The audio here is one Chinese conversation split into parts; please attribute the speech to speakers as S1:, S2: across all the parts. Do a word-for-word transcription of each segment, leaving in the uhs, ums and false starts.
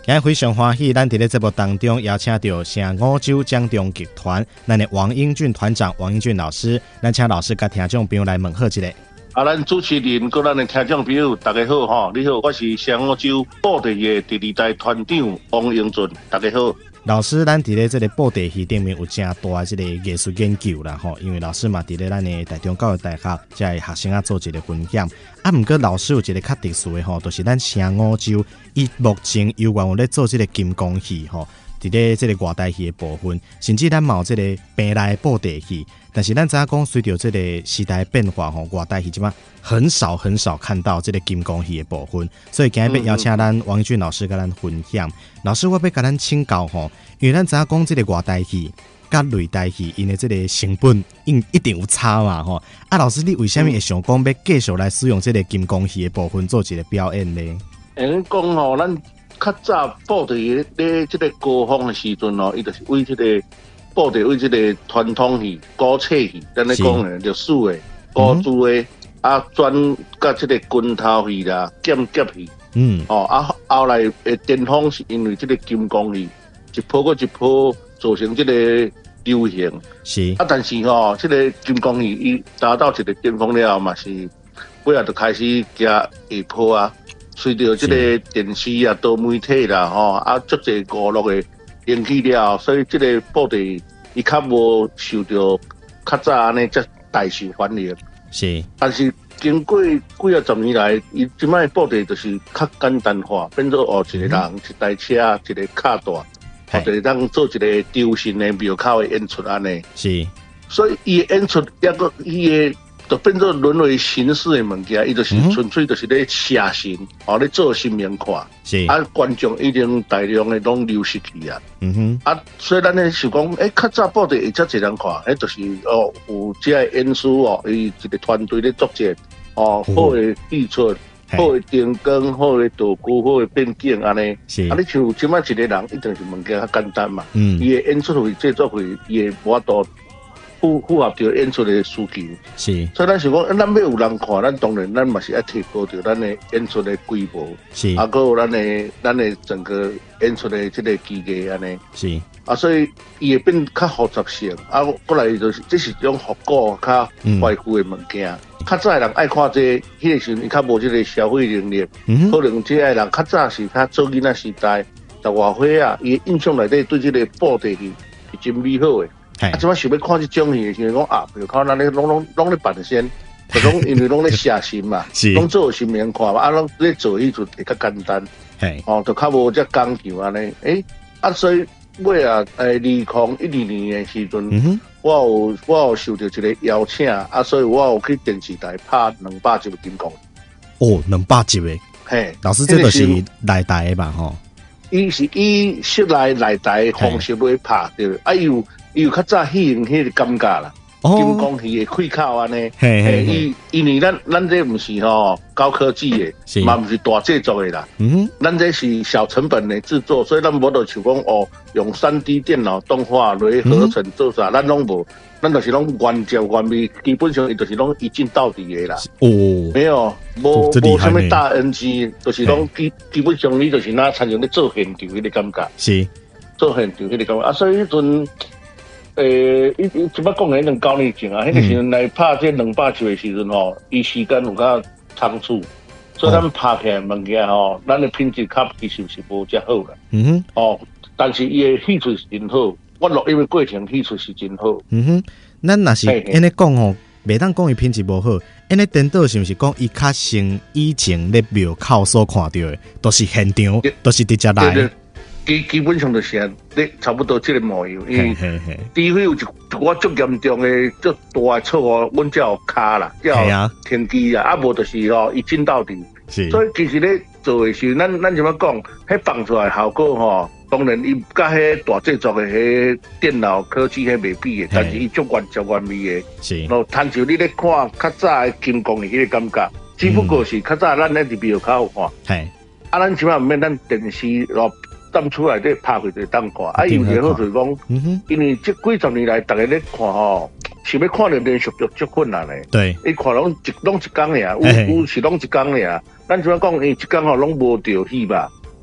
S1: 今日非常欢喜，咱伫咧节目当中邀请到成五洲江中剧团，咱的王英俊团长王英俊老师，咱请老师甲听众朋友来问候一下。
S2: 啊，咱主持人跟咱的听众朋友，大家好哈！你好，我是成五洲布袋戏第二代团长王英俊，大家好。
S1: 老师，咱伫咧这个布袋戏顶面有正大的这个艺术研究啦吼，因为老师嘛伫咧咱的台中教育大学，才会学生啊做一个分享。啊，毋过老师有一个较特殊的吼，就是咱成五洲，伊目前有愿有咧做这个金光戏吼。伫咧这个外台戏的部分，甚至咱嘛有这个平内布袋戏，但是咱知影讲随着这个时代的变化吼，外台戏即马很少很少看到这个金光戏的部分，所以今日要邀请咱王英俊老师甲咱分享。老师，我要甲咱请教吼，因为咱知影讲这个外台戏甲擂台戏，因为这个成本一一定有差嘛吼。啊，老师，你为什么会想讲要继续来使用这个金光戏的部分做一个表演呢？
S2: 诶，讲吼，咱较早布袋戏咧，这个高峰的时阵哦，伊就是为这个布袋为这个传统戏、古册戏，咱咧讲诶历史的、古珠的，嗯、啊，转甲这个军头戏啦、剑劫戏，嗯，哦，啊，后来诶巅峰是因为这个金光戏一波过一波造成这个流行，
S1: 是
S2: 啊，但是吼、哦，这个金光戏伊达到一个巅峰了后嘛是，尾啊就开始加下坡啊。随着这个电视啊、多媒体啦，吼啊，足侪娱乐的引起了，所以这个布袋伊较无受到较早安尼遮大受欢迎。
S1: 是，
S2: 但是经过几啊十年来，伊即摆布袋就是较简单化，变做哦一个人、嗯、一台车、一个卡带，或者当做一个周身的庙口的演出安尼。
S1: 是，
S2: 所以伊演出抑个伊的。就变做沦为形式的物件，伊就是纯粹就是咧写神，哦咧做新闻看，
S1: 是
S2: 啊观众已经大量的拢流失去啊。嗯哼，啊，所以咱咧想讲，诶、欸，较早布袋会遮侪人看，迄就是哦有遮个演出哦，伊一个团队咧作战，哦好的演出，好的灯光，好的道具，好的变景安尼。是，啊，你像即摆一个人一定是物件较简单嘛，嗯，伊的演出费、制作费，伊的无法度。符符合着演出的需求，是，所以咱想讲，咱要有人看，咱当然咱嘛是要提高着咱的演出的规模，是，啊，还有咱的咱的整个演出的这个机构安尼，是，啊，所以伊会变较复杂性，啊，过来就是这是一种复古、较怀旧的物件。较早的人爱看这个，迄个时阵伊较无这个消费能力，嗯、可能这个人较早是较做囡仔时代，十外岁啊，伊印象内底对这个布袋戏是真美好的。啊！即摆想要看这种戏，就是讲啊，比如看咱咧拢拢拢咧扮仙，就拢因为拢咧写神嘛，拢做新闻看嘛，啊，拢咧做迄阵会较简单，哦，就较无遮讲究安尼。诶，啊，所以尾啊，诶，二零一二年的时阵，嗯、我有我有受到一个邀请，啊，所以我有去电视台拍两百集的金光。
S1: 哦，两百集的，嘿，老师这个是内台的吧？吼，
S2: 伊是以室内内台的方式来拍对，啊有。伊有较早戏用迄个感觉啦，金光戏的开口安尼，伊因为咱咱这毋是吼高科技的，嘛毋是大制作的啦，嗯，咱这是小成本的制作，所以咱无得像讲哦用三 D 电脑动画来合成做啥，咱拢无，咱就是拢原汁原味，基本上伊就是拢一镜到底的啦。哦，没有，无无啥物大 N G， 就是拢基基本上你就是拿参像咧做现场迄个感觉，是做现场迄个感觉啊，所以迄阵。诶，伊伊即摆讲诶，两九年前啊，迄、嗯、个时阵来拍这两百集诶时阵吼，伊时间有较仓促，所以咱拍起来物件吼，咱诶品质较其实是无遮好啦。嗯哼，哦，但是伊诶戏出是真好，我录音诶过程戏出是真好。嗯哼，
S1: 咱若是安尼讲吼，袂当讲伊品质无好，安尼颠倒是毋是讲伊较像以前咧庙口所看到诶，都是现场，都是伫遮来。
S2: 基基本上就是啊，你差不多这个模样，因为除非有一我足严重的、足大的错误，阮才有卡啦，才有天机啊，啊无就是吼一镜到底。所以其实咧做的时候，咱咱怎么讲，迄放出来效果吼，当然伊甲迄大制作的迄电脑科技迄袂比的，但是伊足原汁原味的。是，然后摊像你咧看较早的金光的迄个感觉，只不过是较早咱咧伫庙口看，系啊，咱即摆毋免咱电视咯。站出来咧拍开就当看，啊有一个好就是讲，因为这几十年来，大家咧看吼，想要看到连续剧足困难诶。对，伊看拢一拢一工尔，有有是拢一工尔。咱怎样讲？伊一工吼拢无着戏吧？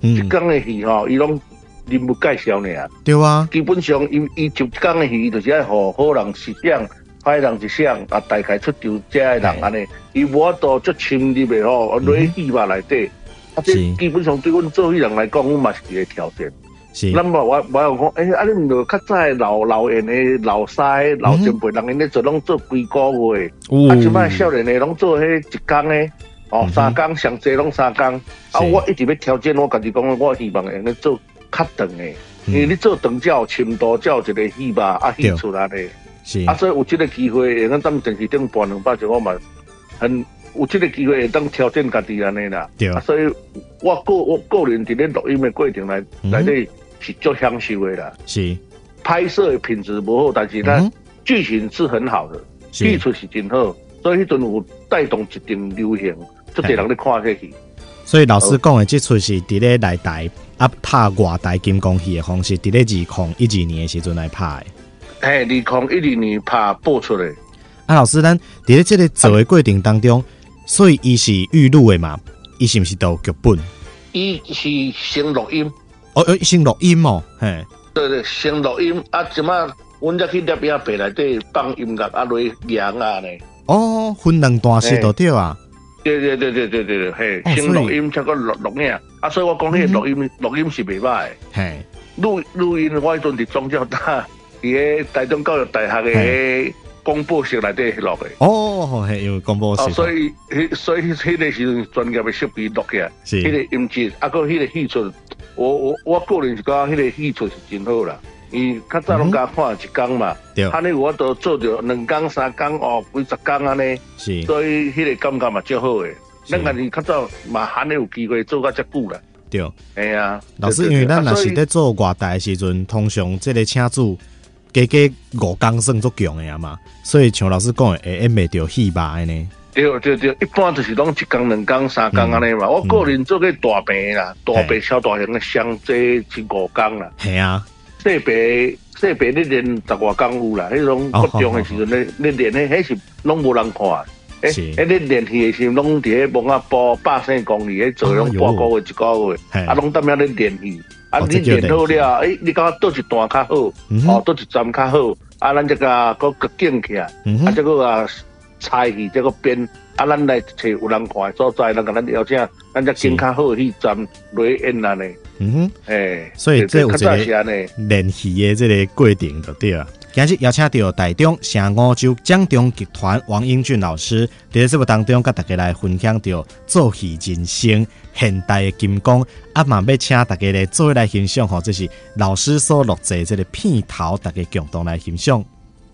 S2: 一天的戏吼，伊拢人物介绍尔。
S1: 对啊，
S2: 基本上伊伊一天的戏，就是爱互好人一想，歹人一想，啊，大概出场遮的人安尼，伊无法度足深入的吼，落去戏肉内底。啊，这基本上对阮做戏人来讲，阮嘛是一个挑战。
S1: 是。
S2: 咱嘛我我有讲，诶、欸，啊，你毋着较早老老演的老师老前辈人，因咧做拢做几个月，嗯、啊，即摆少年的拢做迄一工的，哦，三工上济拢三工。啊，我一直要挑战，我家己讲，我希望用咧做较长的，因为你做长才有深度，才有一个戏吧，啊，戏出来咧。是。啊，所以有即个机会，用咱咱电视顶播两百集，我嘛很。有这个机会会当挑战家己安尼啦，对啊，所以我个我个人伫咧录音的过程内内底是足享受的啦。是拍摄的品质不好，但是咱剧情是很好的，技术是真好，所以迄阵有带动一定流行，足侪人咧看迄戏。所以
S1: 老师讲的这出是伫咧内台啊拍外台金光戏的方式，伫咧二零一二年的时阵来拍的。
S2: 嘿，二零一二年拍播出的。
S1: 啊，老师，咱伫咧这个做的过程当中。所以伊是预录的嘛？伊是毋是都剧本？
S2: 伊是先录音。
S1: 哦，先录音哦，嘿。
S2: 对对，先录音啊！即马阮则去摄影棚内底放音乐啊，落扬啊呢。
S1: 哦，分两段式都对啊。
S2: 对对对对对对对，嘿，先录音才个录录影啊！所以我讲迄个录音录音是袂歹。嘿，录录音我迄阵伫中教大，伫个台中教育大学的。广播室内底录的
S1: 哦，系因为广播室、哦，
S2: 所以所以迄个时阵专业的设备录起来，迄个音质，啊个迄个戏出，我我我个人是讲迄个戏出是真好啦。伊较早拢甲看一工嘛，安尼我都做着两工三工哦，几十工安尼，所以迄个感觉嘛足好诶。咱家己较早嘛，还能有机会做到遮久啦。对，哎啊，
S1: 老师，因为咱若是咧做外台的时阵，通常这个请主。加加五工算足强的啊嘛，所以像老师讲的，会演袂着戏吧的呢？
S2: 对对对，一般就是拢一工、两工、三工安尼嘛。嗯、我个人做个大病啦，大病、小大型的上这是五工啦。
S1: 系啊，
S2: 细病细病你练十外工有啦，迄种国中的时阵咧，你练咧，迄是拢无人看。诶，诶，你练戏的时候拢伫迄网啊播百姓公里，迄做拢半个月、一个月，啊，拢踮遐咧练戏。啊，你练好了，诶，你感觉倒一段较好，哦，倒一站较好，啊，咱这个个个建起来，啊，这个啊菜戏这个编，啊，咱来找有人看的所在，咱甲咱邀请，咱这建较好去站落演安尼。嗯哼，诶，
S1: 所以这有一个练戏的这个过程就对了。今日邀请到台中城五洲蒋中集团王英俊老师，在节目当中，跟大家来分享到做戏人生现代的金光，啊嘛要请大家来做来欣赏吼，这是老师所录制这个片头，大家共同来欣赏。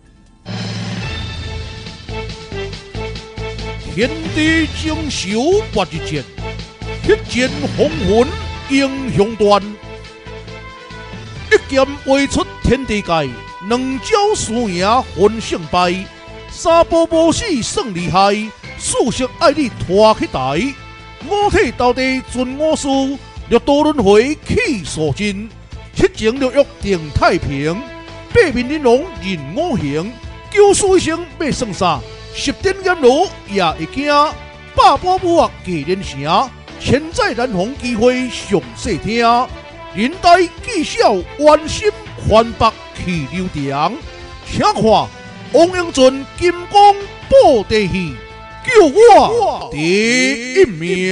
S3: 天地精修八一剑，一剑红魂英雄传，一剑画出天地界。两招输赢分胜败，三步无死算厉害，四色爱你拖起台，五体投地尽我师，六道轮回起所尽，七情六欲定太平，八面玲珑任我行，九死一生要算啥？十殿阎罗也会惊，百般武学技连城，千载难逢机会上细听，人代技巧完心环北。去流长，请看王英俊金光布袋戏，叫我第一名。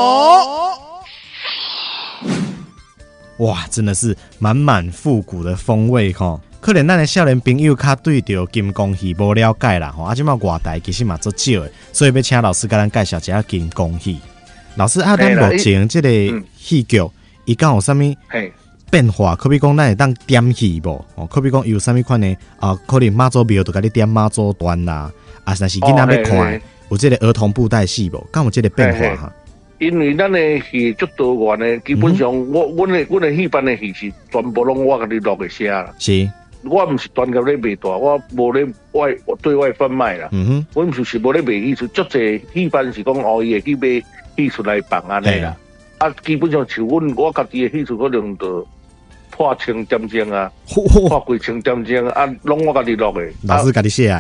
S1: 哇，真的是满满复古的风味吼！可能咱的少年朋友较对着金光戏无了解啦吼，啊，即马外台其实嘛足少的，所以要请老师甲咱介绍一下金光戏。老师啊，咱目前这个戏剧，伊敢有啥物？变化，可比讲咱会当点戏无？哦，可比讲有啥物款呢？啊，可能妈祖庙就甲你点妈祖段啦，啊，但是囡仔要看，哦、有这个儿童布袋戏无？敢有这个变化哈？
S2: 因为咱的戏足多元的，基本上、嗯、我阮的阮的戏班的戏是全部拢我甲你录的写啦。是，我毋是专业咧卖大，我无咧外对外贩卖啦。嗯哼，我毋是无咧卖戏出，足侪戏班是讲哦，伊会去卖戏出来放安尼啦。啊，基本上像阮我家己的戏出可能就。破千点钟啊，破几千点钟啊，拢我家己录的。
S1: 老师家己写的。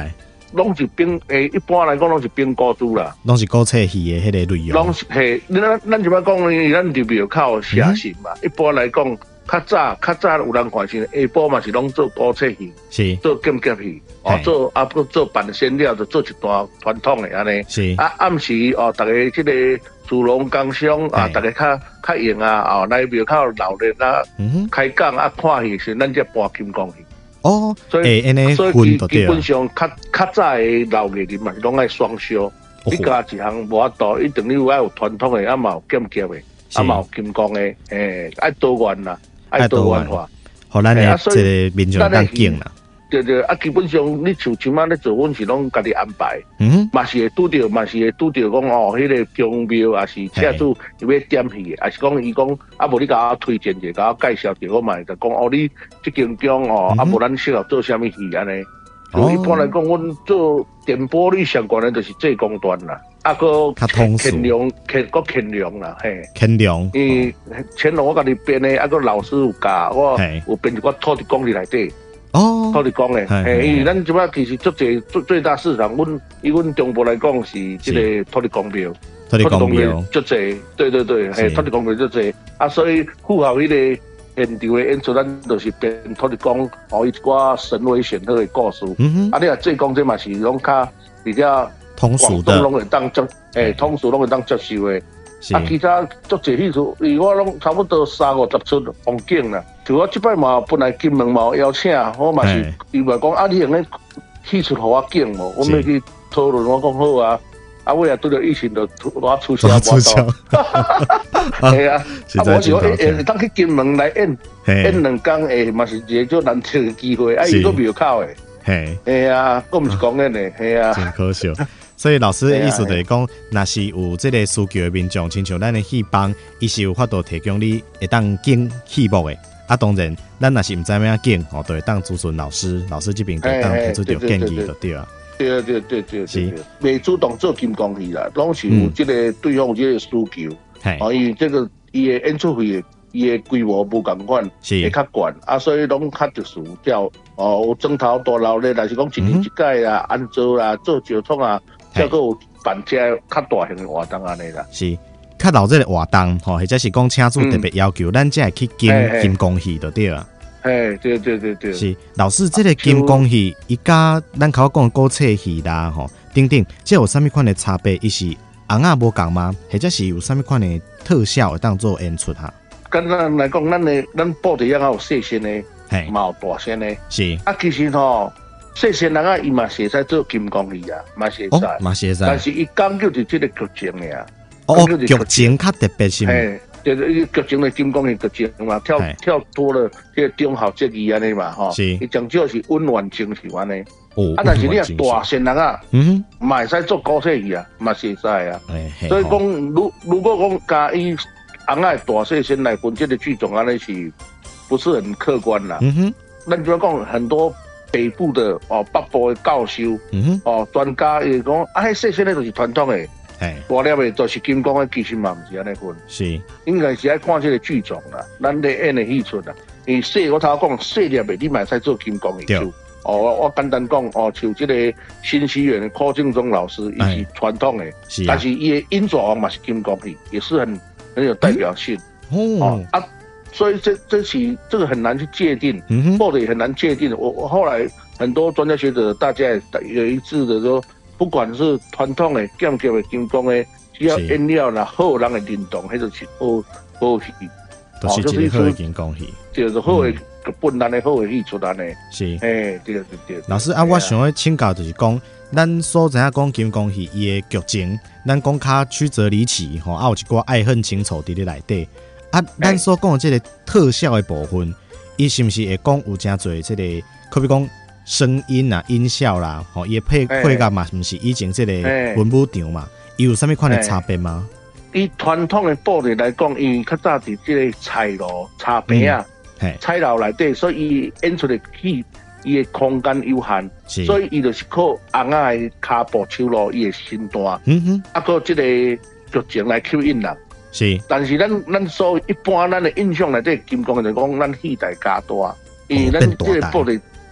S2: 拢是兵诶，一般来讲拢是兵高珠啦，
S1: 拢是古册戏的迄个内容。
S2: 拢是嘿，咱咱就要讲，咱入庙口写信嘛。嗯、一般来讲，较早较早有人看是下晡嘛是拢做古册戏，
S1: 是
S2: 做剑夹戏，哦做啊不做版先料，就做一段传统的安尼。
S1: 是
S2: 啊暗时哦，大家即个主龙工商啊，大家较较用啊，哦来庙口闹热啊，嗯、开讲啊看戏时，咱才播金光戏。
S1: 哦，
S2: 所以所
S1: 以
S2: 基本上较较早的老艺人嘛是拢爱双修，你加一项无法度，一定你有爱有传统的，啊嘛有剑夹的，啊嘛有金光的，诶，爱多元啦，爱多元化，
S1: 互咱的这个民众当敬啦。
S2: 对对，啊，基本上你像像仔咧做，阮是拢家己安排，嗯，嘛是会拄着，嘛是会拄着讲哦，迄、那个宫庙啊是车主伊要点戏的，啊是讲伊讲啊，无你甲我推荐者，甲我介绍者，我嘛就讲哦，你即间宫哦，嗯、啊无咱适合做啥物戏安尼。哦、一般来讲，阮做电波率相关的就是这公端啦，啊个乾隆乾个乾隆啦，嘿，
S1: 乾隆，
S2: 伊乾隆我家己编的，啊个老师有教我，有编一个土地公伫内底。哦，土地公诶，诶，因为咱即摆其实足侪最最大市场，阮以阮中部来讲是即个土地公庙，
S1: 土地公庙
S2: 足侪，对对对，嘿，土地公庙足侪，啊，所以符合迄个现场诶演出，咱就是编土地公，互伊一寡神威显赫诶故事。嗯啊，你若做讲这嘛是拢较比较
S1: 通俗的，
S2: 拢会当接，诶，通俗拢会当接受诶。啊，其他足侪戏出，伊我拢差不多三五十出风景啦。就我即摆嘛，本来金门嘛有邀请，我嘛是伊话讲啊，你用咧戏出互我景无？我们去讨论，我讲好啊。啊，尾啊拄着疫情就我取消，
S1: 取消。
S2: 系啊，啊，我是讲诶，当去金门来演演两工诶，嘛是一个足难得诶机会。啊，伊个庙口诶，嘿，系啊，我毋是讲诶呢，系啊，
S1: 真可笑。所以老师的意思就是讲，若是有这个需求的民众，亲像咱的戏帮，伊是有法度提供你会当景戏目的。啊，当然，咱若是毋知影怎景，哦，就会当咨询老师，老师这边就当提出着建议就对啊。
S2: 对对对对对，未主动做金光戏啦，拢是有这个对方有这个需求。哦，因为这个伊的演出费，伊的规模无共款，会较悬啊，所以拢较特殊，叫哦有砖头大楼咧，若是讲一年一届啊，安做啦，做交通啊。叫做办这较大型的活动安尼啦，
S1: 是较老这个活动吼，或者是讲请主特别要求，咱、嗯、才会去金金光戏就对了。
S2: 哎，对对对对，
S1: 是老师这个金光戏，伊甲咱口讲古册戏啦吼，等等，这有啥物款的差别？伊是红仔无共吗？或者是有啥物款的特效会当做演出哈？
S2: 简单来讲，咱的咱布袋也有细身的，嘛有大身的，
S1: 是
S2: 啊，其实吼。细线人啊，伊嘛是会使做金光戏啊，嘛是会使，
S1: 嘛是会使。
S2: 但是伊讲究就即个剧情的啊。
S1: 哦，剧情较特别是。
S2: 嘿，对对，伊剧情的金光戏剧情嘛，跳跳多了这个中校这义安尼嘛，吼。是。伊讲究是温婉情绪安尼。哦。啊，但是你若大线人啊，嗯，嘛会使做古册戏啊，嘛是会使啊。所以讲，如如果讲加以红仔大细线来分这个剧种安尼是，不是很客观啦。嗯哼。咱就要讲很多。北部的哦，北部的教授，嗯、哦，专家伊讲，啊，迄细线咧就是传统的，哎，大粒的就是金光的，其实嘛毋是安尼分，
S1: 是，
S2: 应该是爱看这个剧种啦，咱咧演的戏出啦。因细我头讲细粒的，你嘛使做金光的手。哦，我我简单讲，哦，像这个新西园的柯敬宗老师，伊是传统的，是、啊，但是伊的音爪王嘛是金光戏，也是很很有代表性。嗯、哦啊。所以这这起这个很难去界定，或者也很难界定。我我后来很多专家学者，大家也有一致的说，不管是传统的、剑桥的、金光的，只要颜料啦、好人的认同，迄就是好好戏，
S1: 都是一个好的金光戏，
S2: 就是好的本来的好的戏出来呢。
S1: 是，
S2: 哎，对对对。
S1: 老师啊，我想要请教就是讲，咱所知影讲金光戏伊的剧情，咱讲较曲折离奇吼，啊有一寡爱恨情仇伫咧内底。啊，咱所讲的这个特效的部分，伊是不是会讲有真侪这个，可比讲声音啊、音效啦，吼，伊配配合嘛，毋是以前这个文武场嘛，伊有啥物款的差别吗？
S2: 以传统的布袋来讲，因为较早伫这个菜炉、茶饼啊、菜楼内底，所以伊演出的戏，伊的空间有限，所以伊就是靠红仔的骹步、手路，伊的身段，嗯哼，啊，靠这个剧情来吸引人。是，但是咱咱所一般咱的印象内底金光就讲咱戏台加大，因为咱这个布袋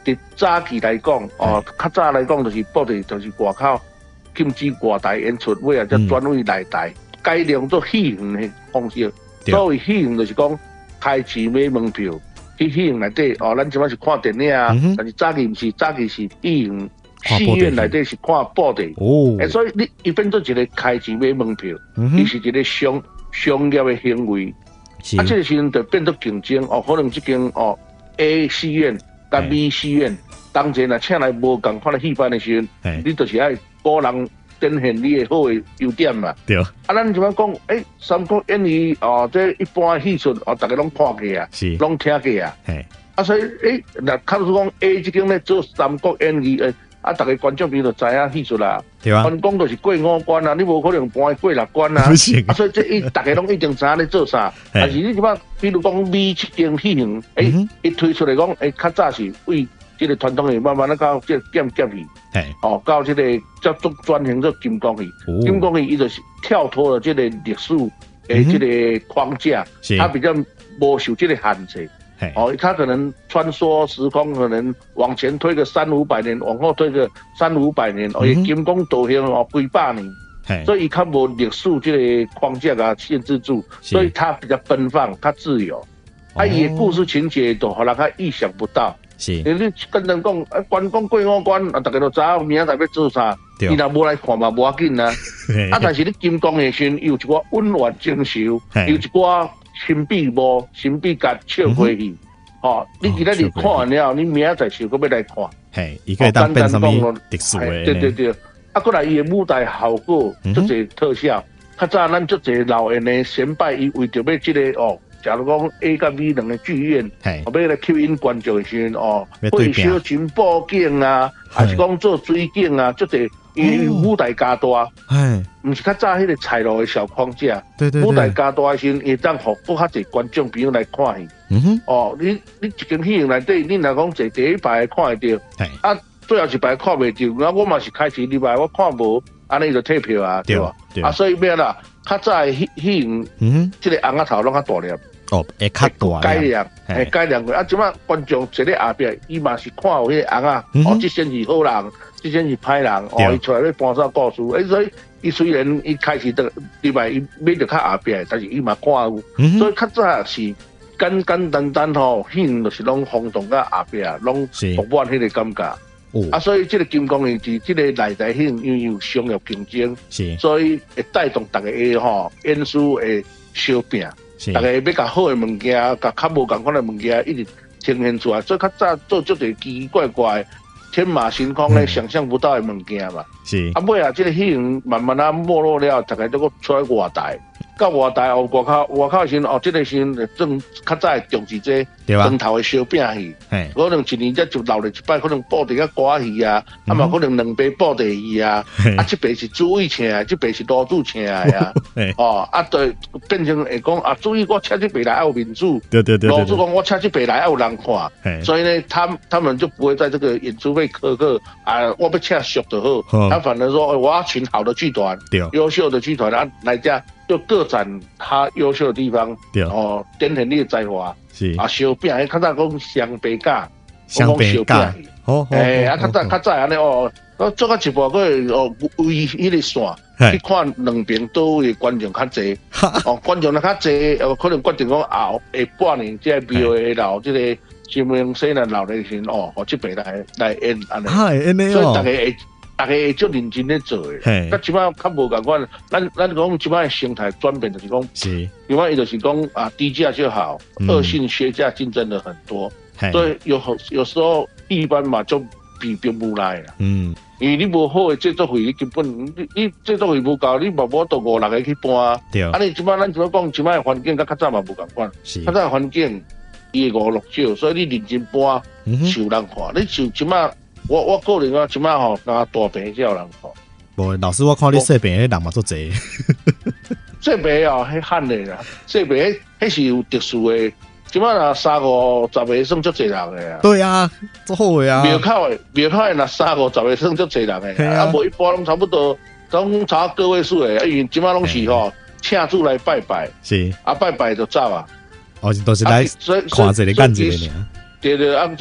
S2: 伫早期来讲，哦，较早来讲就是布袋就是外口禁止外台演出，尾啊才转为内台，改良做戏院的方式。所谓戏院就是讲开钱买门票，去戏院内底哦，咱即摆是看电影啊，嗯、但是早期毋是，早期是戏院。戏院内底是看布袋，哦，欸、所以你伊变做一个开钱买门票，伊、嗯、是一个商商业的行为。啊，这个时阵就变做竞争哦，可能这间哦 A 戏院甲 B 戏院，当前若请来无共款的戏班的时阵，你就是爱个人展现你的好的优点嘛。对。啊，咱就讲讲，诶、欸，三国演义哦，这一般戏出哦，大家拢看过啊，是，拢听过啊。啊，所以诶，若假如讲 A 这间咧做三国演义诶。啊！大家观众朋友就知影戏出啦，对啊。关公就是过五关啊，你无可能搬过六关啊。不行。啊，所以这一大家拢一定知影咧做啥。但是你即摆，比如讲美七间戏院，诶、欸，伊、嗯、推出来讲，诶、欸，较早是为这个传统戏慢慢咧到这剑剑戏，哦，到这个叫做转型做金光戏。哦、金光戏伊就是跳脱了这个历史诶这个框架，嗯、它比较无受这个限制。哦，他可能穿梭时空，可能往前推个三五百年，往后推个三五百年，哦，金光道行哦几百年，所以他无历史这个框架啊限制住，所以他比较奔放，他自由，他伊的故事情节都好让他意想不到。是，你跟人讲，啊，关公过五关，啊，大家都知道明仔载要做啥，伊若无来看嘛，无要紧啊。啊，但是你金光的时，有一寡温婉精秀，有一寡。神秘无神秘感笑话戏，哦，你今仔日看完了，你明仔载想搁要来看，
S1: 嘿，伊可以当变什么特殊的？
S2: 对对对，啊，过来伊的舞台效果，足侪特效，较早咱足侪老演的前辈，伊为着要即个哦，假如讲 A 甲 B 两个剧院，哦，要来吸引观众的时阵哦，会小群布景啊，还是讲做水景啊，足侪。因为舞台加大，哎，唔是较早迄个彩楼的小框架，对对对，舞台加大的时候，会当互更较侪观众朋友来看戏。嗯哼，哦，你你一间戏院内底，你若讲坐第一排看会到，啊，最后一排看袂到，啊，我嘛是开始礼拜我看无，安尼就退票啊，对吧？啊，所以咩啦？较早的戏戏院，嗯，即个红仔头拢较大粒。
S1: 哦，会较大
S2: 改良，会改良过。啊，即摆观众坐咧后壁，伊嘛是看有迄个红仔，哦，即先是好人。这些是歹人，哦，伊出来要搬啥故事？诶，所以伊虽然伊开始的礼拜伊买着较后壁，但是伊嘛看有，嗯、所以较早是简简单单吼，戏院就是拢轰动到后壁，拢充满迄个感觉。哦、啊，所以这个金光戏是这个内台戏因为有商业竞争，是，所以会带动大家的吼演出的小拼，大家要甲好的物件，甲较无共款的物件一直呈现出来。所以较早做足侪奇奇怪怪。天马行空咧，想象不到的物件嘛。是。啊，尾啊，这个戏院慢慢啊没落了，大概都个出来外台，到外台哦，外口外口时哦，这个时正较早重视这灯头的小饼戏，可能一年才就闹了一摆，可能布袋啊歌戏啊，啊嘛可能两杯布袋戏啊，啊这边是主委请的，这边是老主请的啊，哦啊对，变成会讲啊，主委我请这边来要有面子，对对对，老主讲我请这边来要有人看，所以呢，他他们就不会在这个演出费苛刻啊，我要请俗就好，他反而说我要请好的剧团，优秀的剧团啊来家。就各展他优秀的地方，哦，展现你的才华。是啊，小饼，较早讲双白架，
S1: 双白架，
S2: 好，诶，啊，较早较早安尼哦，我做到一半，个哦围迄个线去看两边都位观众较济，哦，观众若较济，哦，可能决定讲后下半年即个庙会留即个新明西南留的时哦，哦，这边来来演安尼，所以大家会。大家会足认真咧做诶，甲即摆较无共款，咱咱讲即摆生态转变就是讲，是，因为伊就是讲啊，低价就好，恶性削价竞争的很多，所以有有时候一般嘛就比并不来啦。嗯，因为你无好诶制作费，你根本你你制作费无够，你嘛无到五六个去搬。对，啊你即摆咱即摆讲即摆环境甲较早嘛无共款，较早环境伊五六少，所以你认真搬受人看，你就即摆。我我个人啊，即摆吼，拿大病才有人看。
S1: 无老师，我看你细病迄人嘛足济。
S2: 细病哦，迄罕的啦，细病迄迄是有特殊的。即摆若三五十个算足济人的啊。
S1: 对啊，足好的啊。
S2: 庙口的庙口的若三五十个算足济人的，啊，无一般拢差不多，拢差个位数的。啊，因为即摆拢是吼，请主来拜拜，是啊，拜拜就走啊。
S1: 哦，都是来看这个干这个尔。
S2: 对对，啊，这。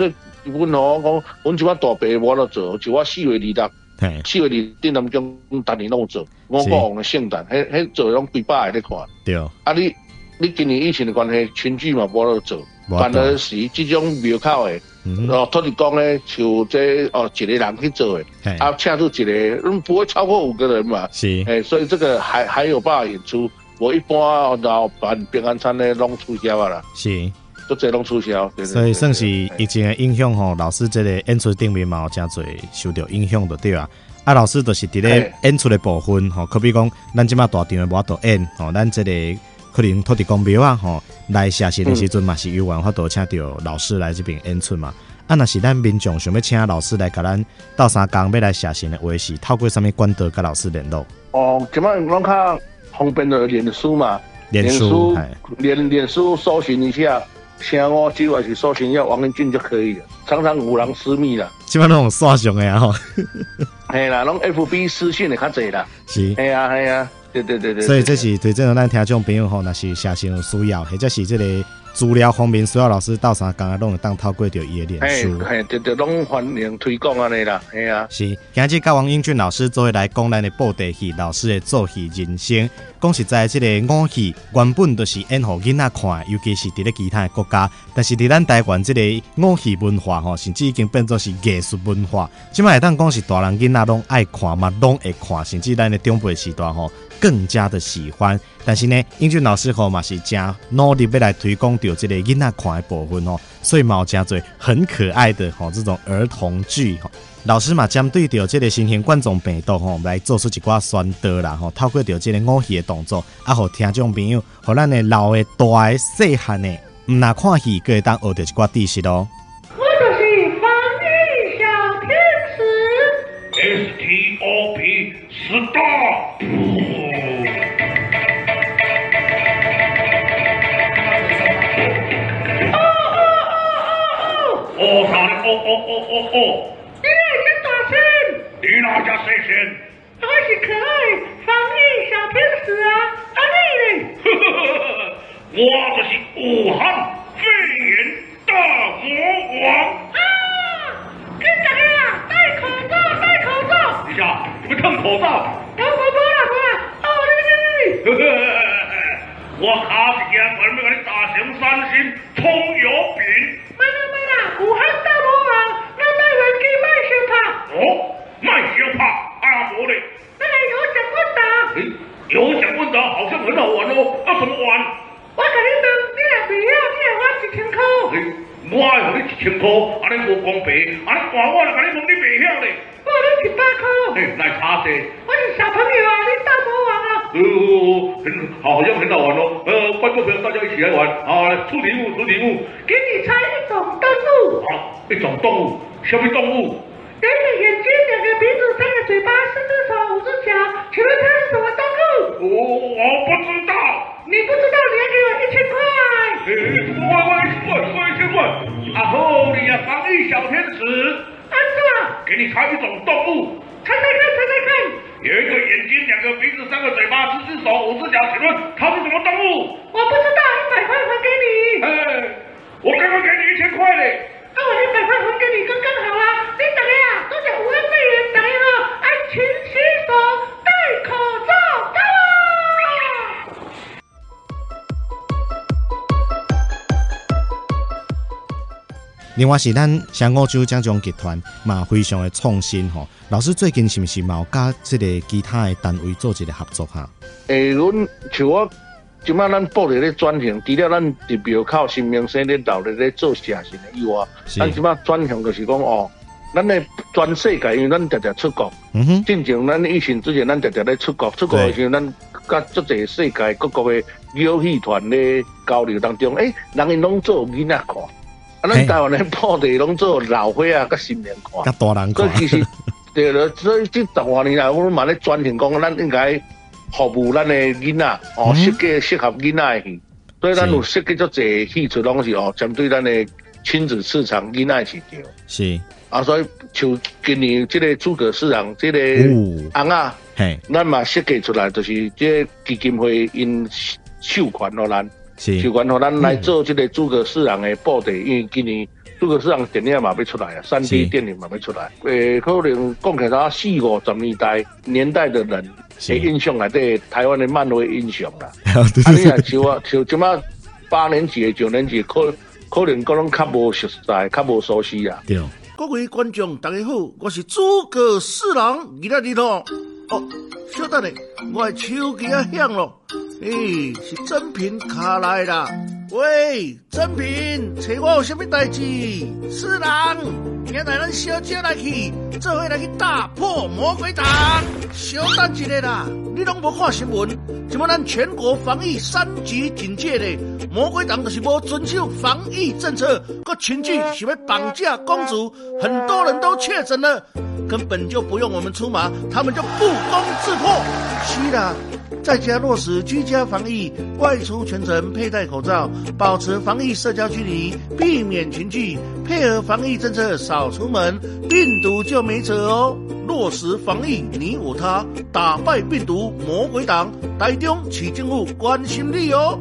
S2: 阮吼讲，阮即摆大伯我都做，就我四月二六。四月二顶南江逐年拢做，我国王的圣诞，迄迄做拢几百个咧看。
S1: 对。
S2: 啊你你今年疫情的关系，群聚嘛无得做，反而是即种庙口的，嗯、哦，土地公咧，像这哦一个人去做的，啊，请出一个，嗯，不会超过五个人嘛。
S1: 是。
S2: 诶、欸，所以这个还还有办法演出。我一般然后办平安餐咧，拢促销啊啦。
S1: 是。
S2: 都这拢促销，
S1: 所以算是疫情的影响吼，老师这个演出顶面嘛有真侪受到影响就对啊。啊，老师就是伫咧演出的部分吼，可比讲咱即马大场的无法度演吼，咱这个可能土地公庙啊吼来写信的时阵嘛是有缘法度请到老师来这边演出嘛。啊，若是咱民众想要请老师来甲咱斗相共要来写信的话，是透过啥物管道甲老师联络？
S2: 哦，即马咱较方便的脸书嘛，
S1: 脸书
S2: 脸脸书搜寻一下。请我只要是搜寻一下王英俊就可以了，常常有人私密啦，
S1: 基本拢线上的啊吼，
S2: 嘿啦，拢 F B 私讯的较侪啦，
S1: 是，
S2: 嘿啊嘿啊，对对对对，
S1: 所以这是对这种咱听众朋友吼，若是写信有需要，或者是这个资料方面需要老师斗相共啊，拢会当透过着伊的脸书，
S2: 嘿，对对，拢欢迎推广安尼啦，嘿啊，
S1: 是，今日甲王英俊老师做伙来讲咱的布袋戏老师的做戏人生。讲实在，这个武戏原本就是演予囡仔看，尤其是伫咧其他的国家。但是伫咱台湾这个武戏文化吼，甚至已经变作是艺术文化。即摆会当讲是大人囡仔拢爱看嘛，拢会看，甚至咱的长辈时代吼更加的喜欢。但是呢，英俊老师吼嘛是真努力要来推广到这个囡仔看的部分吼，所以嘛有真侪很可爱的吼这种儿童剧吼。老师嘛，针对着这个新型冠状病毒吼，来做出一寡宣导啦吼，透过着这个武戏的动作，啊，互听众朋友，互咱的老的、大的、细汉的，唔那看戏，佮会当学到一寡知识咯。
S4: 我就是防疫小天使
S3: ，S T O P Stop。
S4: 哦哦哦哦！
S3: 哦，啥嘞？哦哦哦哦哦！你哪家谁先？
S4: 我是可爱防疫小天使啊！啊你嘞？
S3: 呵呵呵呵，我就是武汉肺炎大魔王
S4: 啊！跟大家啊，戴口罩，戴口罩。
S3: 等一下，你们看口罩。
S4: 我我我啦我啦，哦你你你。
S3: 呵呵呵呵，我卡一件，我要给你打成三星葱油饼。
S4: 妈啦妈啦，武汉大魔王，那卖文给卖小他。
S3: 哦。卖小怕阿伯嘞，
S4: 那来有奖问答。
S3: 诶，有奖问答好像很好玩哦。要怎么玩？
S4: 我给你问，你若不晓，你来我一千块。
S3: 诶，我爱给你一千块，安尼无公平，安尼换我来给你问你不晓嘞。
S4: 我你一百块。
S3: 诶，来查者。
S4: 我是小朋友啊，你大魔王啊。
S3: 哦，很好，好像很好玩哦。呃，观众朋友大家一起来玩，好，来出题目，出题目。
S4: 给你猜一种动物。
S3: 好，一种动物，什么动物？
S4: 有一个眼睛，两个鼻子，三个嘴巴，四只手，五只脚，请问它是什么动物？
S3: 我我不知道。
S4: 你不知道，你要给我一千块。
S3: 诶，我我一千块，我一千块。啊吼，你呀，防疫小天使。
S4: 安住啊！
S3: 给你猜一种动物。
S4: 猜猜看，猜猜看。
S3: 有一个眼睛，两个鼻子，三个嘴巴，四只手，五只脚，请问它是什么动物？
S4: 我不知道，一百块还给你。
S3: 哎，我刚刚给你一千块嘞。
S4: 那我一百块还给你，刚刚好啦。你大家啊，都是武汉肺炎，大家好，爱勤洗手，戴口罩，到啦！
S1: 另外是咱湘澳洲奖奖集团嘛，非常的创新吼。老师最近是不是嘛有甲这个其他的单位做一个合作哈？
S2: 诶，阮像我。即摆咱布袋咧转型，除了咱伫庙口新明生咧闹咧咧做写信的以外，咱即摆转型就是讲哦，咱咧全世界，因为咱常常出国，嗯哼，进前咱疫情之前，咱常常咧出国，出国的时候，咱甲足侪世界各国的游戏团咧交流当中，诶、欸，人因拢做囡仔看，啊，咱台湾咧布袋拢做老伙仔甲新年看，
S1: 甲大人看，
S2: 所以其实对了，所以这十多年来，我们嘛咧转型讲，咱应该。服务咱的囡仔哦，设计适合囡仔的戏，所以咱有设计足侪戏出拢是哦，针对咱的亲子市场囡仔市场。
S1: 是
S2: 啊，所以像今年这个诸葛市场这个翁啊，嘿，咱嘛设计出来就是这基金会因授权予咱，授权予咱来做这个诸葛市场的布袋，因为今年诸葛市长电影嘛要出来啊，三 D 电影嘛要出来，诶、呃，可能讲起来四五十年代年代的人的印象内底，台湾的漫威英雄啦。啊，你啊像啊像即马八年级、九年级，可可能可能较无熟悉，较无熟悉啊。
S3: 对。各位观众，大家好，我是诸葛四郎，今仔日哦，哦，稍等咧，我的手机啊响咯，诶、欸，是真平卡来啦。喂，真平，找我有啥物代志？四郎，今日咱小姐来去，做伙来去大破魔鬼党。稍等一下啦，你拢无看新闻？即摆咱全国防疫三级警戒咧，魔鬼党就是无遵守防疫政策，个群聚想要绑架公主，很多人都确诊了，根本就不用我们出马，他们就不攻自破。是啦。在家落实居家防疫，外出全程佩戴口罩，保持防疫社交距离，避免群聚，配合防疫政策少出门，病毒就没辙哦。落实防疫，你我他，打败病毒魔鬼党，台中市政府关心你哦。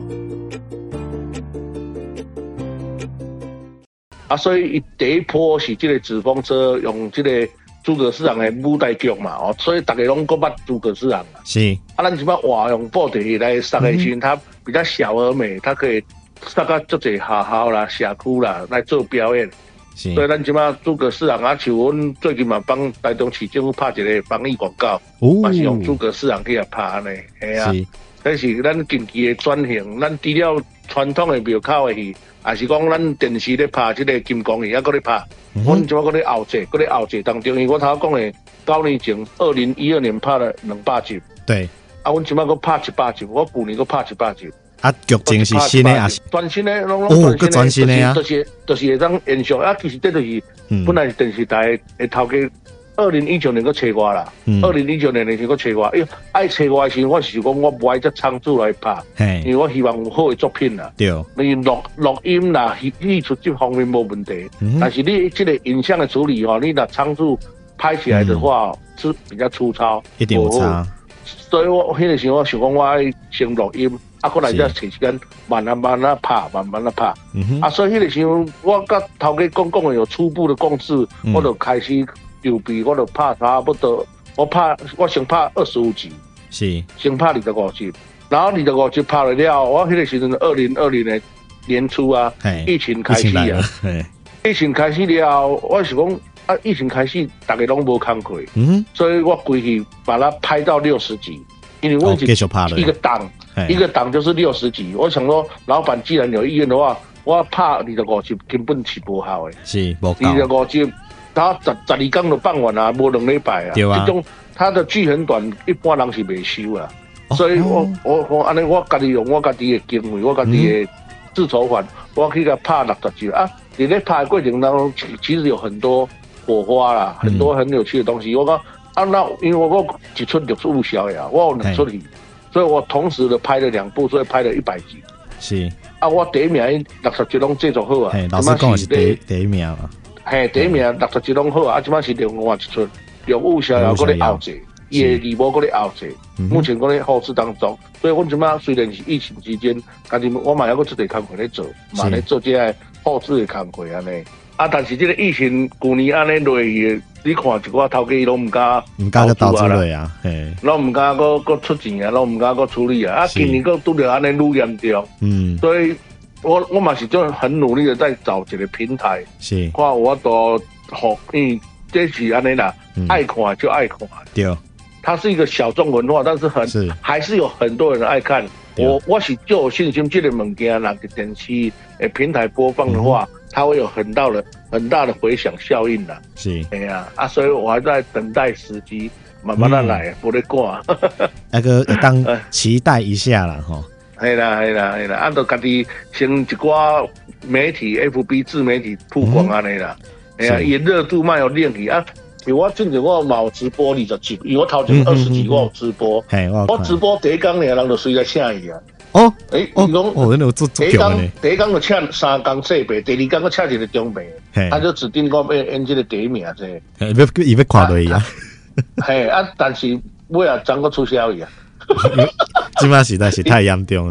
S2: 啊，所以伊第一波是这个纸风车用这个。诸葛市长的舞台剧嘛，哦，所以大家拢搁捌诸葛市长嘛。
S1: 是。
S2: 啊，咱即摆话用布袋来杀的时候，它比较小而美，它可以杀到足侪学校啦、社区啦来做表演。是。所以咱即摆诸葛市长啊，像阮最近嘛帮台中市政府拍一个防疫广告，嘛、哦、是用诸葛市长去遐拍安尼，系啊。是。但是咱近期的转型，咱除了传统的庙口的戏。还是讲咱电视咧拍即个金光戏，啊，搁咧拍，阮即摆搁咧后制，搁咧后制当中，因为我头讲诶，九年前二零一二年拍了两百集，
S1: 对，
S2: 啊，阮即摆搁拍一百集，我去年搁拍一百集，
S1: 啊，剧情是新诶，还是
S2: 全新诶，拢拢
S1: 全新诶啊，
S2: 就是就是会当延续啊，其实这就是本来是电视台诶头家。二零一九年搁找我啦，二零一九年的时候搁找我，哎呦，爱找我的时候，我是讲我不爱只仓促来拍，因为我希望有好的作品啦。对，你录录音啦、艺术这方面无问题，嗯、但是你这个影像的处理哦，你若仓促拍起来的话、嗯、是比较粗糙，
S1: 一定有差。
S2: 所以我迄个时候我想讲，我爱先录音，啊，过来再找时间慢慢慢慢拍，慢慢的拍。嗯、啊，所以迄个时候我甲头家讲讲的有初步的共识，嗯、我就开始。筹备我就拍差不多，我拍我先拍二十五集，是先拍二十五集，然后二十五集拍了了，我迄个时阵二零二零年年初啊，疫情开始啊，疫情开始了，我是讲啊，疫情开始大家拢无工课，嗯，所以我规去把它拍到六十集，因为我是一个档，一个档就是六十集，我想说，老板既然有意愿的话，我拍二十五集根本是无效的，是无够，二十五集。他十十二天就办完啊，无两礼拜啊。对啊。这种他的剧很短，一般人是袂收啊。哦、所以我我我安尼，我家己用我家己的经费，我家己的自筹款，我去甲拍六十集啊。你在拍的过程当中，其实有很多火花啦，很多很有趣的东西。嗯、我讲啊，那因为我我一出六十五小呀，我有两出戏，所以我同时的拍了两部，所以拍了一百集。是。啊，我第一名六十集拢制作好啊。
S1: 老师讲的是第第一名啊。
S2: 嘿，第一名六十集拢好啊！啊，即摆是另外一出，六五逍遥搁咧后制，伊的二部搁咧后制，目前搁咧后制当中。所以，阮即摆虽然是疫情期间，但是我嘛还搁出地工课咧做，嘛咧做这个后制的工课安尼。啊，但是这个疫情去年安尼落去，你看一寡头家拢唔敢，
S1: 唔敢去投资落啊，嘿，
S2: 拢唔敢搁搁出钱啊，拢唔敢搁处理啊。啊，今年搁拄着安尼愈严重，嗯，所以。我我嘛是就很努力的在找一个平台，是，看我都好，因为这是安尼啦，嗯、爱看就爱看，对，它是一个小众文化，但是很是还是有很多人爱看。我我是就有信心，这个物件那个电视诶平台播放的话，嗯、它会有很大的很大的回响效应的。是，哎呀啊，所以我还在等待时机，慢慢的来，不得挂。
S1: 那个当期待一下啦，哈。
S2: 系啦系啦系啦，按照家己先一寡媒体 F B 自媒体曝光安尼啦，哎呀，伊热度慢有练起啊。因为我最近我冇直播二十集，因为我头前二十集我有直播，我直播第一天呢，人就随来请伊啊。哦，诶，伊讲哦，那做第一天第一天就请三工设备，第二天我请一个中备，他就指定我要演这个第一名这。
S1: 伊要伊要看落去啊。
S2: 嘿啊，但是尾啊，怎个出消息啊？
S1: 即马实在是太严重了。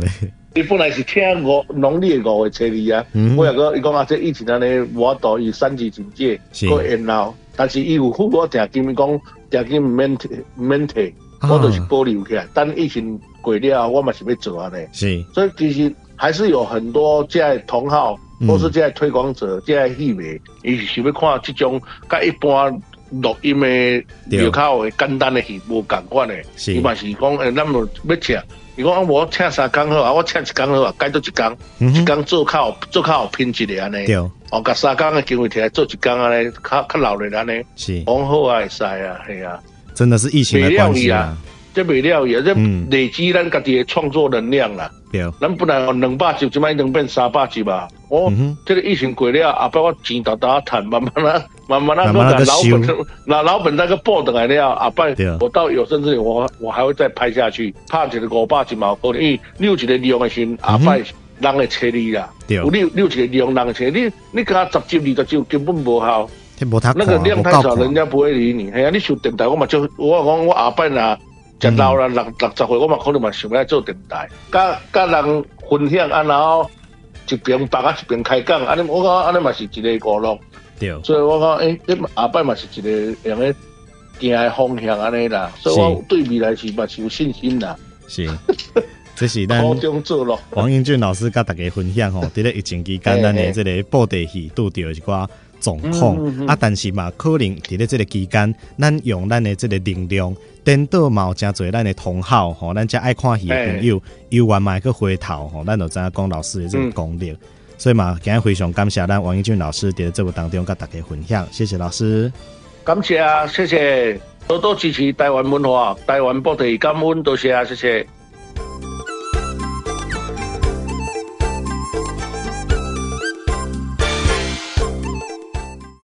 S2: 伊本来是请五农历五月初二啊，嗯、我也讲伊讲啊，这疫情安尼无法度，伊三级警戒，搁延后，但是伊有付我定金，讲定金唔免退，唔免退，我就是保留起来。等疫情过了，我嘛是要做安尼。是，所以其实还是有很多这同好，或是这推广者，这戏迷，伊是要看这种甲一般录音的庙口的简单的戏无共款的，伊嘛是讲诶，咱们要请。伊讲我请三工好啊，我请一工好啊，改做一工，嗯、一工做较做较有品质的安尼。哦，甲三工的经费摕来做一工安尼，较较老的安尼。是，讲好啊，会使啊，系啊。
S1: 真的是疫情的关系啊。
S2: 这袂了伊啊，这累积咱家己的创作能量啦。对，咱本来两百集，即摆能变三百集吧。我、哦嗯、这个疫情过了，后摆我钱大大赚，慢慢啊，慢慢啊，那老本那老本那个报回来了，后摆我到有生之年，我我还会再拍下去，拍一个五百集嘛，可能因为你有一个量的时候，后摆人会找你啦。有你你有一个量，人会找你，你加十集、二十集根本无效。那个量太少，人家不会理你。系啊，你上电台，我嘛就我讲我后摆啦。食老啦，六六十岁，我嘛可能嘛想要做电台，甲甲人分享啊，然后一边放啊一边开讲，安尼我讲安尼嘛是一个娱乐，对，所以我讲诶，你下摆嘛是一个样个行的方向安尼啦，所以我对未来是嘛是有信心啦。是，
S1: 这是咱王英俊老师甲大家分享吼，伫咧疫情期间，咱的这个布袋戏拄到一寡状况、嗯嗯、啊，但是嘛，可能伫咧这个期间，咱用咱的这个能量。颠倒嘛有真侪咱的同好吼，咱遮爱看戏的朋友，有完嘛去回头吼，咱就知影讲老师的这个功力，嗯、所以嘛，今日非常感谢咱王英俊老师伫节目当中甲大家分享，谢谢老师。
S2: 感谢啊，谢谢，多多支持台湾文化，台湾布袋戏感恩，多谢啊，谢谢。